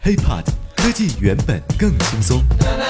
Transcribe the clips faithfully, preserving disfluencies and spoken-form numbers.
HeyPod 科技原本更轻松。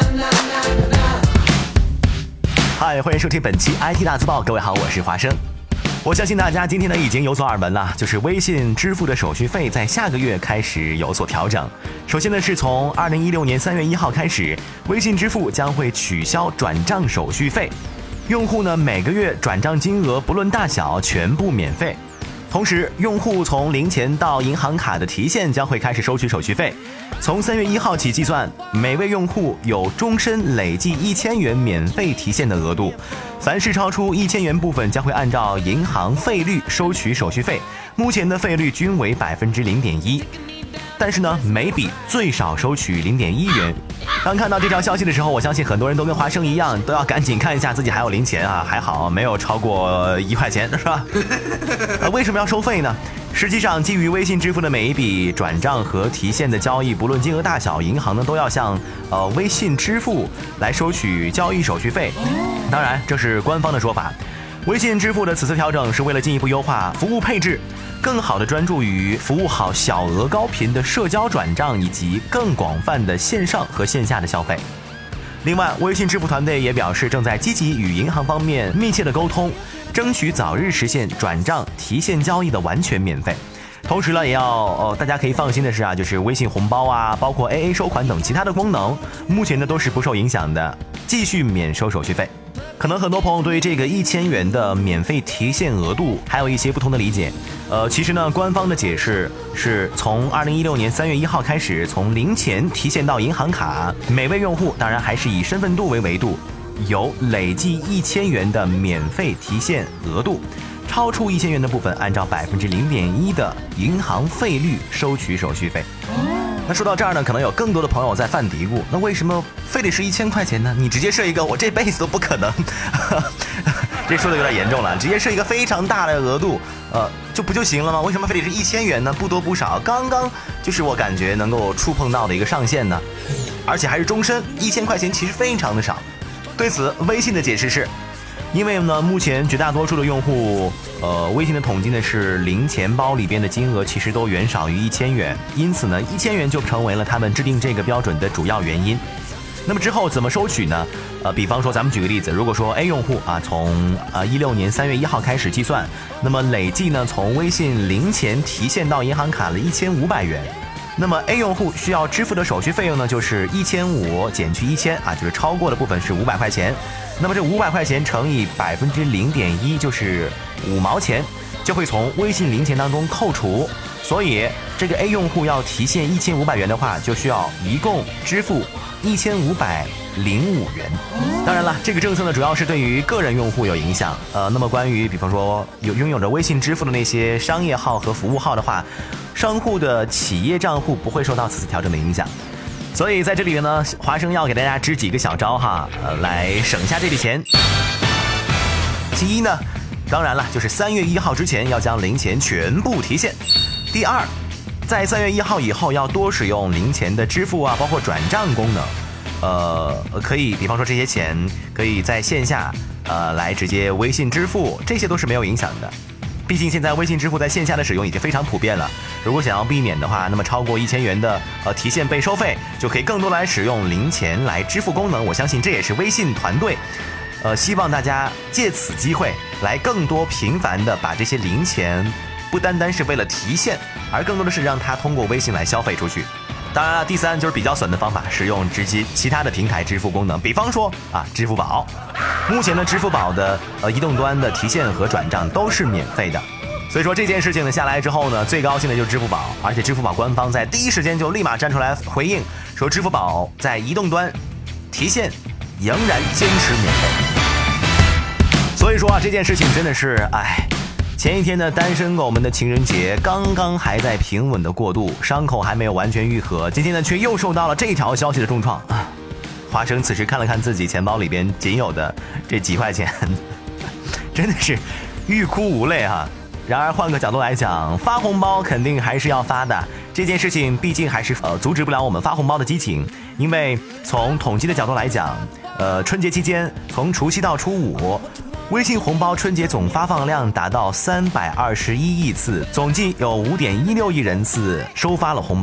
嗨，欢迎收听本期 I T 大字报。各位好，我是华生。我相信大家今天呢已经有所耳闻了，就是微信支付的手续费在下个月开始有所调整。首先呢是从二零一六年三月一号开始，微信支付将会取消转账手续费，用户呢每个月转账金额不论大小全部免费。同时，用户从零钱到银行卡的提现将会开始收取手续费。从三月一号起计算，每位用户有终身累计一千元免费提现的额度。凡是超出一千元部分，将会按照银行费率收取手续费。目前的费率均为百分之零点一。但是呢，每笔最少收取零点一元。刚看到这条消息的时候，我相信很多人都跟华生一样，都要赶紧看一下自己还有零钱啊，还好没有超过一块钱，是吧？呃，为什么要收费呢？实际上，基于微信支付的每一笔转账和提现的交易，不论金额大小，银行呢都要向呃微信支付来收取交易手续费。当然，这是官方的说法。微信支付的此次调整是为了进一步优化服务配置，更好地专注于服务好小额高频的社交转账以及更广泛的线上和线下的消费。另外，微信支付团队也表示，正在积极与银行方面密切的沟通，争取早日实现转账提现交易的完全免费。同时呢，也要呃大家可以放心的是啊，就是微信红包啊，包括 A A 收款等其他的功能，目前呢都是不受影响的，继续免收手续费。可能很多朋友对于这个一千元的免费提现额度还有一些不同的理解。呃，其实呢，官方的解释是从二零一六年三月一号开始，从零钱提现到银行卡，每位用户当然还是以身份度为维度，有累计一千元的免费提现额度。超出一千元的部分，按照百分之零点一的银行费率收取手续费。那说到这儿呢，可能有更多的朋友在犯嘀咕，那为什么非得是一千块钱呢？你直接设一个，我这辈子都不可能。这说的有点严重了，直接设一个非常大的额度，呃，就不就行了吗？为什么非得是一千元呢？不多不少，刚刚就是我感觉能够触碰到的一个上限呢，而且还是终身，一千块钱其实非常的少。对此，微信的解释是，因为呢，目前绝大多数的用户，呃，微信的统计呢是零钱包里边的金额其实都远少于一千元，因此呢，一千元就成为了他们制定这个标准的主要原因。那么之后怎么收取呢？呃，比方说咱们举个例子，如果说 A 用户啊，从呃一六年三月一号开始计算，那么累计呢从微信零钱提现到银行卡了一千五百元。那么 A 用户需要支付的手续费用呢，就是一千五减去一千啊，就是超过的部分是五百块钱。那么这五百块钱乘以百分之零点一，就是五毛钱，就会从微信零钱当中扣除。所以这个 A 用户要提现一千五百元的话，就需要一共支付一千五百零五元。当然了，这个政策呢，主要是对于个人用户有影响。呃，那么关于比方说有拥有着微信支付的那些商业号和服务号的话，商户的企业账户不会受到此次调整的影响。所以在这里呢，华生要给大家支几个小招哈，呃，来省下这笔钱。其一呢，当然了，就是三月一号之前要将零钱全部提现。第二，在三月一号以后要多使用零钱的支付啊，包括转账功能。呃，可以，比方说这些钱可以在线下呃来直接微信支付，这些都是没有影响的。毕竟现在微信支付在线下的使用已经非常普遍了，如果想要避免的话，那么超过一千元的呃提现被收费，就可以更多来使用零钱来支付功能。我相信这也是微信团队呃希望大家借此机会来更多频繁的把这些零钱不单单是为了提现，而更多的是让它通过微信来消费出去。当然了，第三就是比较损的方法，使用直接其他的平台支付功能，比方说啊，支付宝。目前呢，支付宝的呃移动端的提现和转账都是免费的，所以说这件事情呢下来之后呢，最高兴的就是支付宝，而且支付宝官方在第一时间就立马站出来回应，说支付宝在移动端提现仍然坚持免费。所以说啊，这件事情真的是哎。前一天的单身狗们的情人节刚刚还在平稳的过渡，伤口还没有完全愈合，今天呢却又受到了这条消息的重创啊！华生此时看了看自己钱包里边仅有的这几块钱，真的是欲哭无泪哈、啊。然而换个角度来讲，发红包肯定还是要发的，这件事情毕竟还是呃阻止不了我们发红包的激情，因为从统计的角度来讲，呃春节期间从除夕到初五。微信红包春节总发放量达到三百二十一亿次，总计有五点一六亿人次收发了红包，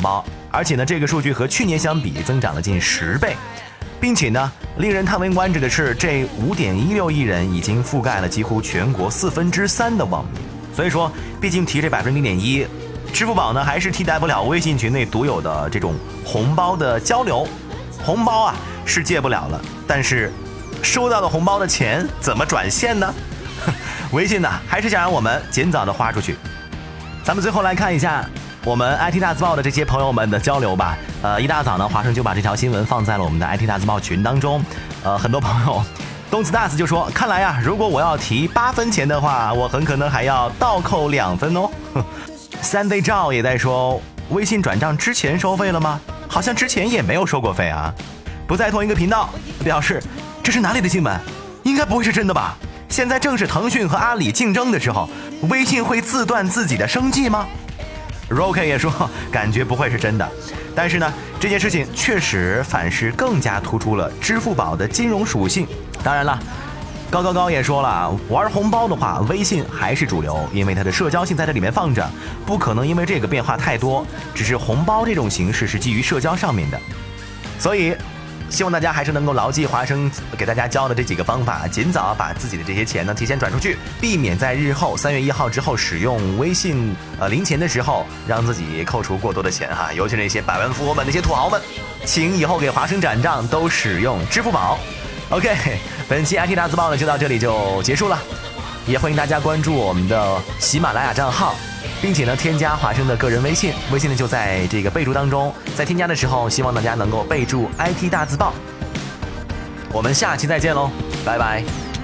而且呢，这个数据和去年相比增长了近十倍，并且呢，令人叹为观止的是，这 五点一六亿人已经覆盖了几乎全国四分之三的网民。所以说，毕竟提这百分之零点一，支付宝呢还是替代不了微信群内独有的这种红包的交流。红包啊是借不了了，但是收到的红包的钱怎么转现呢？微信呢还是想让我们尽早的花出去。咱们最后来看一下我们 I T 大字报的这些朋友们的交流吧。呃，一大早呢，华生就把这条新闻放在了我们的 I T 大字报群当中。呃，很多朋友动次打次就说，看来啊，如果我要提八分钱的话，我很可能还要倒扣两分哦。三 day 照也在说，微信转账之前收费了吗？好像之前也没有收过费啊。不在同一个频道表示，这是哪里的新闻？应该不会是真的吧？现在正是腾讯和阿里竞争的时候，微信会自断自己的生计吗？ Roke 也说感觉不会是真的，但是呢，这件事情确实反是更加突出了支付宝的金融属性。当然了，高高高也说了，玩红包的话，微信还是主流，因为它的社交性在这里面放着，不可能因为这个变化太多，只是红包这种形式是基于社交上面的，所以希望大家还是能够牢记华生给大家教的这几个方法，尽早把自己的这些钱呢提前转出去，避免在日后三月一号之后使用微信呃零钱的时候让自己扣除过多的钱哈。尤其是那些百万富翁们、那些土豪们，请以后给华生转账都使用支付宝。OK， 本期 I T 大字报呢就到这里就结束了，也欢迎大家关注我们的喜马拉雅账号，并且呢添加华生的个人微信，微信呢就在这个备注当中，在添加的时候希望大家能够备注 I T 大字报。我们下期再见喽，拜拜。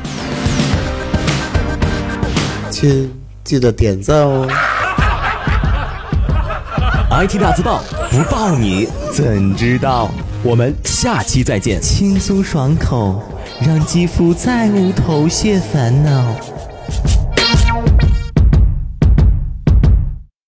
亲，记得点赞哦。 I T 大字报不报你怎知道？我们下期再见。 轻松爽口，让肌肤再无头屑烦恼。